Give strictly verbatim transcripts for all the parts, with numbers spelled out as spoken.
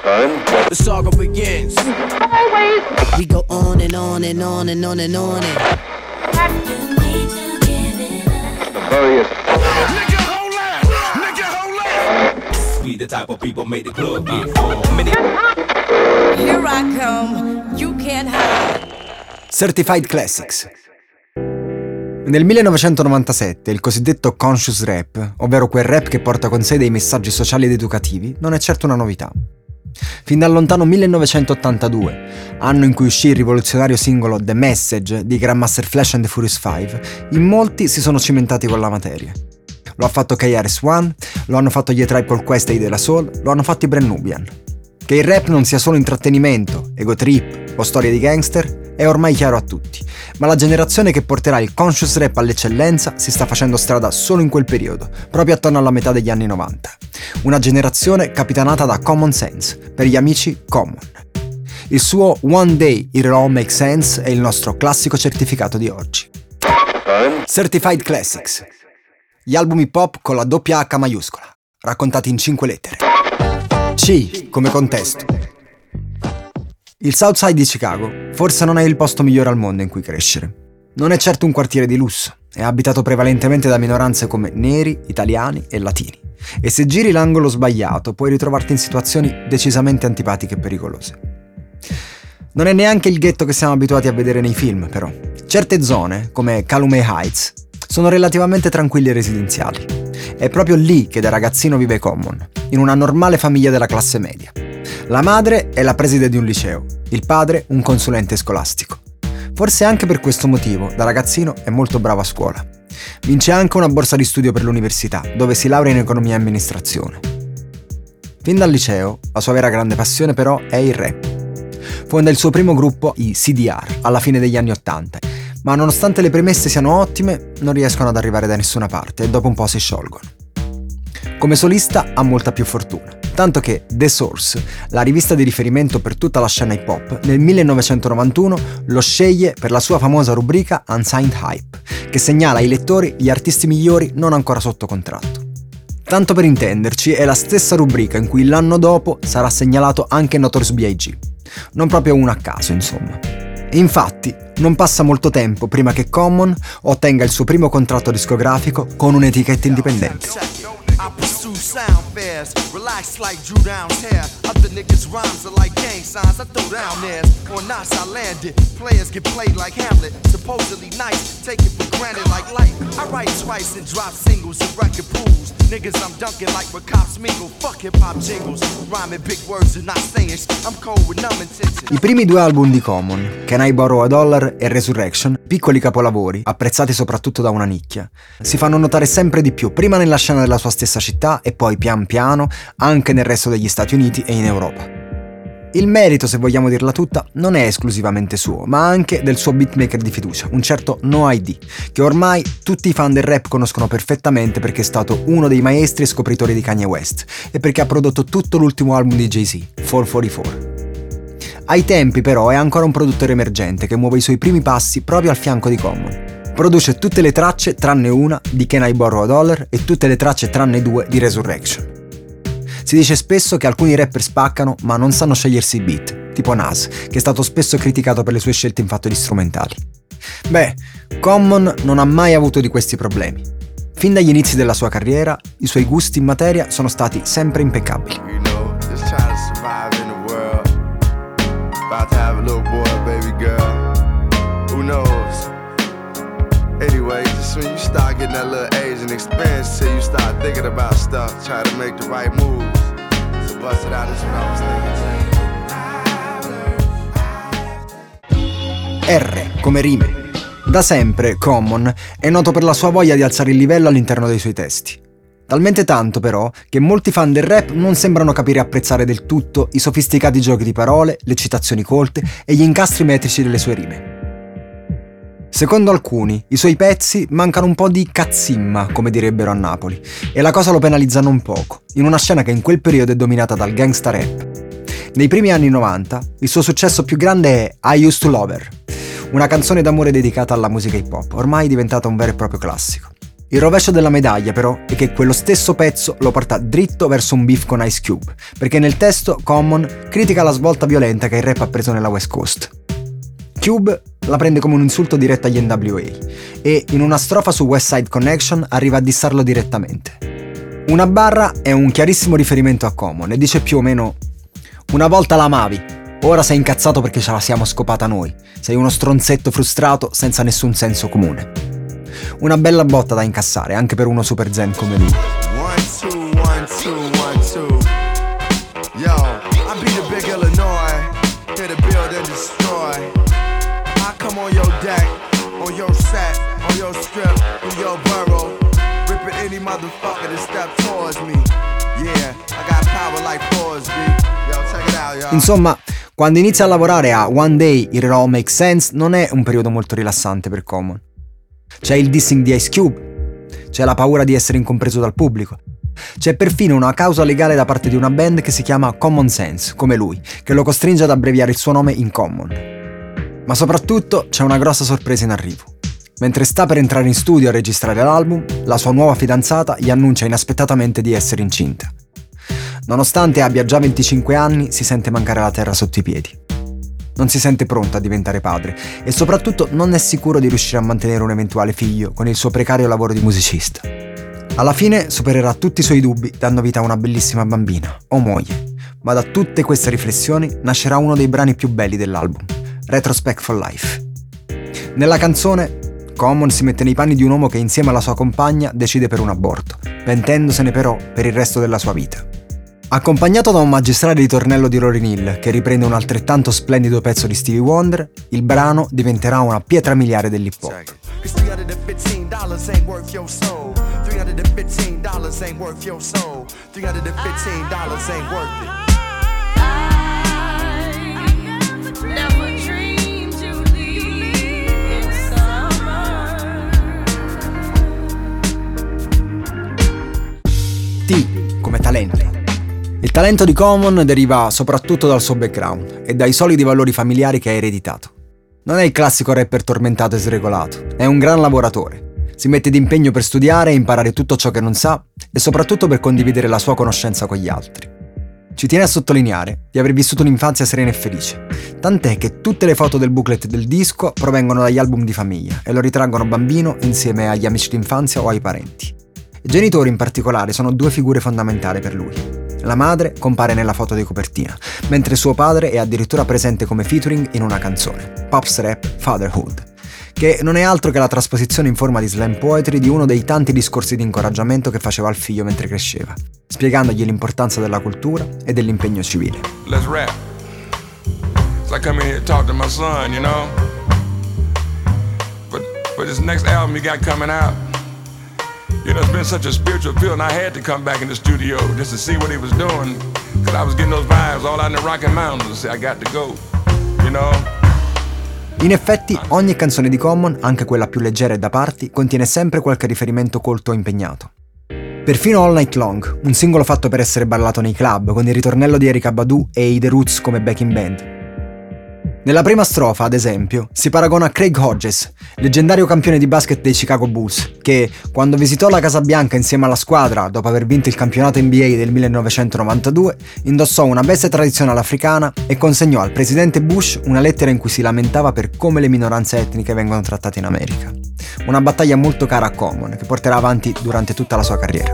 The saga begins. Always. We go on and on and on and on and on and. Nigga, hold up. Nigga, hold up. We the type of people make the club get full. Here I come. You can't hide. Certified Classics. Nel millenovecentonovantasette il cosiddetto conscious rap, ovvero quel rap che porta con sé dei messaggi sociali ed educativi, non è certo una novità. Fin dal lontano millenovecentottantadue, anno in cui uscì il rivoluzionario singolo The Message di Grandmaster Flash and the Furious Five, in molti si sono cimentati con la materia. Lo ha fatto K R S One, lo hanno fatto gli A Tribe Called Quest e i De La Soul, lo hanno fatto i Brand Nubian. Che il rap non sia solo intrattenimento, ego trip o storie di gangster è ormai chiaro a tutti, ma la generazione che porterà il conscious rap all'eccellenza si sta facendo strada solo in quel periodo, proprio attorno alla metà degli anni novanta. Una generazione capitanata da Common Sense, per gli amici Common. Il suo One Day It All Makes Sense è il nostro classico certificato di oggi. Certified Classics. Gli album hip hop con la doppia H maiuscola, raccontati in cinque lettere. C come contesto. Il Southside di Chicago forse non è il posto migliore al mondo in cui crescere. Non è certo un quartiere di lusso, è abitato prevalentemente da minoranze come neri, italiani e latini. E se giri l'angolo sbagliato puoi ritrovarti in situazioni decisamente antipatiche e pericolose. Non è neanche il ghetto che siamo abituati a vedere nei film, però. Certe zone, come Calumet Heights, sono relativamente tranquille e residenziali. È proprio lì che da ragazzino vive Common, in una normale famiglia della classe media. La madre è la preside di un liceo, il padre un consulente scolastico. Forse anche per questo motivo, da ragazzino è molto bravo a scuola. Vince anche una borsa di studio per l'università, dove si laurea in economia e amministrazione. Fin dal liceo, la sua vera grande passione però è il rap. Fonda il suo primo gruppo, i C D R, alla fine degli anni Ottanta, ma nonostante le premesse siano ottime, non riescono ad arrivare da nessuna parte e dopo un po' si sciolgono. Come solista ha molta più fortuna, tanto che The Source, la rivista di riferimento per tutta la scena hip hop, nel millenovecentonovantuno lo sceglie per la sua famosa rubrica Unsigned Hype, che segnala ai lettori gli artisti migliori non ancora sotto contratto. Tanto per intenderci, è la stessa rubrica in cui l'anno dopo sarà segnalato anche Notorious B I G Non proprio uno a caso, insomma. E infatti, non passa molto tempo prima che Common ottenga il suo primo contratto discografico con un'etichetta indipendente. I pursue sound fairs, relax like Drew Down's hair. Other niggas' rhymes are like gang signs, I throw down theirs. On nights I landed, players get played like Hamlet. Supposedly nice, take it for granted like light. I write twice and drop singles and record pools. Niggas I'm dunking like where cops mingle, fuck hip hop jingles. Rhyming big words and not saying sh- I'm cold with numb intention. I primi due album di Common, Can I Borrow a Dollar e Resurrection, piccoli capolavori, apprezzati soprattutto da una nicchia, si fanno notare sempre di più, prima nella scena della sua stessa città e poi pian piano anche nel resto degli Stati Uniti e in Europa. Il merito, se vogliamo dirla tutta, non è esclusivamente suo, ma anche del suo beatmaker di fiducia, un certo No I D, che ormai tutti i fan del rap conoscono perfettamente perché è stato uno dei maestri e scopritori di Kanye West e perché ha prodotto tutto l'ultimo album di Jay-Z, quattrocentoquarantaquattro. Ai tempi però è ancora un produttore emergente che muove i suoi primi passi proprio al fianco di Common. Produce tutte le tracce tranne una di Can I Borrow a Dollar e tutte le tracce tranne due di Resurrection. Si dice spesso che alcuni rapper spaccano ma non sanno scegliersi i beat, tipo Nas, che è stato spesso criticato per le sue scelte in fatto di strumentali. Beh, Common non ha mai avuto di questi problemi. Fin dagli inizi della sua carriera, i suoi gusti in materia sono stati sempre impeccabili. You know, just trying to survive in the world. About to have a little boy, baby girl. Who knows? Anyway, just when you start getting that little age and experience till you start thinking about stuff, try to make the right moves. So bust it out is what I was thinking. R come rime. Da sempre Common è noto per la sua voglia di alzare il livello all'interno dei suoi testi. Talmente tanto però che molti fan del rap non sembrano capire e apprezzare del tutto i sofisticati giochi di parole, le citazioni colte e gli incastri metrici delle sue rime. Secondo alcuni, i suoi pezzi mancano un po' di cazzimma, come direbbero a Napoli, e la cosa lo penalizza non poco, in una scena che in quel periodo è dominata dal gangsta rap. Nei primi anni novanta, il suo successo più grande è I Used to Love Her, una canzone d'amore dedicata alla musica hip hop, ormai diventata un vero e proprio classico. Il rovescio della medaglia, però, è che quello stesso pezzo lo porta dritto verso un beef con Ice Cube, perché nel testo Common critica la svolta violenta che il rap ha preso nella West Coast. Cube la prende come un insulto diretto agli N W A e, in una strofa su West Side Connection, arriva a dissarlo direttamente. Una barra è un chiarissimo riferimento a Common e dice più o meno: una volta l'amavi, ora sei incazzato perché ce la siamo scopata noi, sei uno stronzetto frustrato senza nessun senso comune. Una bella botta da incassare, anche per uno super zen come lui. One, two, one, two, one, two. Yo, I be the big Illinois, here to build and destroy. I come on your deck, on your set, on your strip, in your borough, ripping any motherfucker that step towards me. Yeah, I got power like Forsby. Yo, check it out, yo. Insomma, quando inizia a lavorare a One Day It All Makes Sense non è un periodo molto rilassante per Common. C'è il dissing di Ice Cube, c'è la paura di essere incompreso dal pubblico, c'è perfino una causa legale da parte di una band che si chiama Common Sense, come lui, che lo costringe ad abbreviare il suo nome in Common. Ma soprattutto c'è una grossa sorpresa in arrivo. Mentre sta per entrare in studio a registrare l'album, la sua nuova fidanzata gli annuncia inaspettatamente di essere incinta. Nonostante abbia già venticinque anni, si sente mancare la terra sotto i piedi. Non si sente pronto a diventare padre e soprattutto non è sicuro di riuscire a mantenere un eventuale figlio con il suo precario lavoro di musicista. Alla fine supererà tutti i suoi dubbi dando vita a una bellissima bambina, o moglie, ma da tutte queste riflessioni nascerà uno dei brani più belli dell'album, Retrospect for Life. Nella canzone, Common si mette nei panni di un uomo che insieme alla sua compagna decide per un aborto, pentendosene però per il resto della sua vita. Accompagnato da un magistrale ritornello di Lauryn Hill che riprende un altrettanto splendido pezzo di Stevie Wonder, il brano diventerà una pietra miliare dell'hip hop. T come talento. Il talento di Common deriva soprattutto dal suo background e dai solidi valori familiari che ha ereditato. Non è il classico rapper tormentato e sregolato, è un gran lavoratore. Si mette d'impegno per studiare e imparare tutto ciò che non sa e soprattutto per condividere la sua conoscenza con gli altri. Ci tiene a sottolineare di aver vissuto un'infanzia serena e felice, tant'è che tutte le foto del booklet del disco provengono dagli album di famiglia e lo ritraggono bambino insieme agli amici d'infanzia o ai parenti. I genitori in particolare sono due figure fondamentali per lui. La madre compare nella foto di copertina, mentre suo padre è addirittura presente come featuring in una canzone, Pop's Rap Fatherhood, che non è altro che la trasposizione in forma di slam poetry di uno dei tanti discorsi di incoraggiamento che faceva al figlio mentre cresceva, spiegandogli l'importanza della cultura e dell'impegno civile. Let's rap. It's like coming here to talk to my son, you know? But for this next album you got coming out, you know, it's been such a spiritual feel, and I had to come back in the studio just to see what he was doing, because I was getting those vibes all out in the Rocky Mountains. I got to go, you know? In effetti, ogni canzone di Common, anche quella più leggera e da parti, contiene sempre qualche riferimento colto o impegnato. Perfino All Night Long, un singolo fatto per essere ballato nei club, con il ritornello di Erykah Badu e i The Roots come backing band. Nella prima strofa, ad esempio, si paragona a Craig Hodges, leggendario campione di basket dei Chicago Bulls, che, quando visitò la Casa Bianca insieme alla squadra dopo aver vinto il campionato N B A del millenovecentonovantadue, indossò una veste tradizionale africana e consegnò al presidente Bush una lettera in cui si lamentava per come le minoranze etniche vengono trattate in America. Una battaglia molto cara a Common, che porterà avanti durante tutta la sua carriera.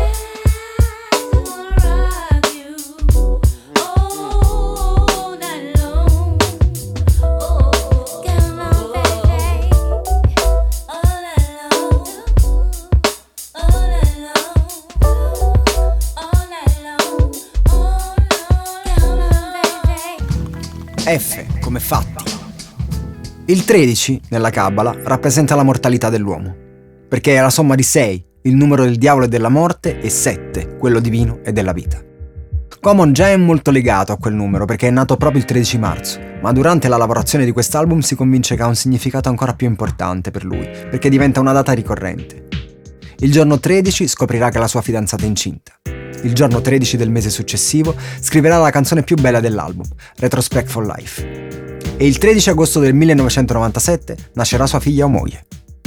F come fatti. Il tredici, nella Cabala, rappresenta la mortalità dell'uomo, perché è la somma di sei, il numero del diavolo e della morte, e sette, quello divino e della vita. Common già è molto legato a quel numero perché è nato proprio il tredici marzo, ma durante la lavorazione di quest'album si convince che ha un significato ancora più importante per lui, perché diventa una data ricorrente. Il giorno tredici scoprirà che la sua fidanzata è incinta. Il giorno tredici del mese successivo scriverà la canzone più bella dell'album, Retrospect for Life. E il tredici agosto del millenovecentonovantasette nascerà sua figlia o moglie.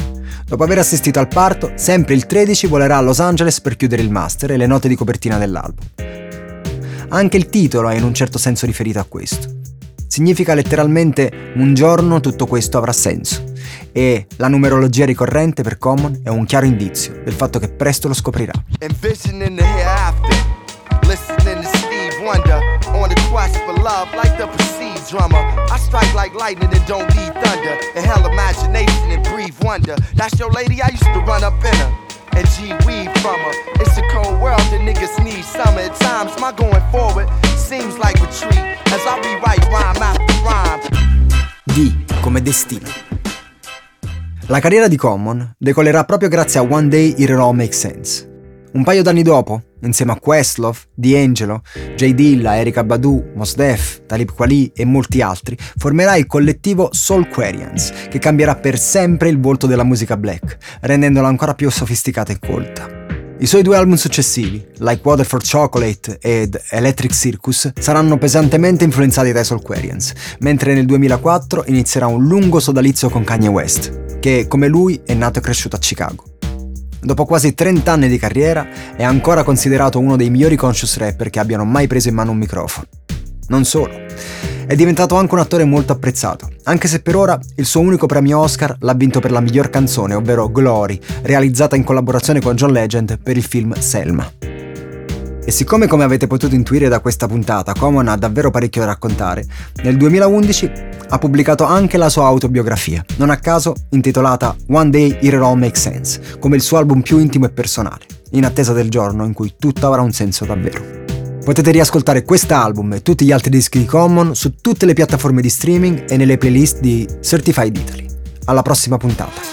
Dopo aver assistito al parto, sempre il tredici volerà a Los Angeles per chiudere il master e le note di copertina dell'album. Anche il titolo è in un certo senso riferito a questo. Significa letteralmente un giorno tutto questo avrà senso, e la numerologia ricorrente per Common è un chiaro indizio del fatto che presto lo scoprirà. Envisioning the hereafter, listening to Steve Wonder on the quest for love like the perceived drummer. I strike like lightning and don't need thunder. Inhale imagination and breathe wonder. That's your lady, I used to run up in her and G-weed from her. It's a cold world that niggas need summer. At times my going forward seems like retreat as I rewrite rhyme after rhyme. D come destino. La carriera di Common decollerà proprio grazie a One Day It All Makes Sense. Un paio d'anni dopo, insieme a Questlove, D'Angelo, J Dilla, Erykah Badu, Mos Def, Talib Kweli e molti altri, formerà il collettivo Soulquarians, che cambierà per sempre il volto della musica black, rendendola ancora più sofisticata e colta. I suoi due album successivi, Like Water for Chocolate ed Electric Circus, saranno pesantemente influenzati dai Soulquarians, mentre nel duemilaquattro inizierà un lungo sodalizio con Kanye West, che, come lui, è nato e cresciuto a Chicago. Dopo quasi trenta anni di carriera, è ancora considerato uno dei migliori conscious rapper che abbiano mai preso in mano un microfono. Non solo, è diventato anche un attore molto apprezzato, anche se per ora il suo unico premio Oscar l'ha vinto per la miglior canzone, ovvero Glory, realizzata in collaborazione con John Legend per il film Selma. E siccome, come avete potuto intuire da questa puntata, Common ha davvero parecchio da raccontare, nel duemilaundici ha pubblicato anche la sua autobiografia, non a caso intitolata One Day It All Makes Sense, come il suo album più intimo e personale, in attesa del giorno in cui tutto avrà un senso davvero. Potete riascoltare quest'album e tutti gli altri dischi di Common su tutte le piattaforme di streaming e nelle playlist di Certified Italy. Alla prossima puntata.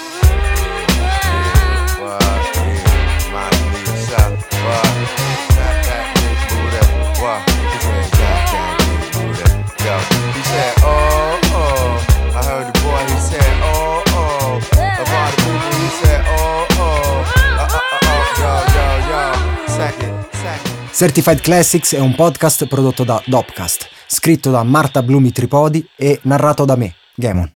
Certified Classics è un podcast prodotto da Dopcast, scritto da Marta Blumi Tripodi e narrato da me, Gamon.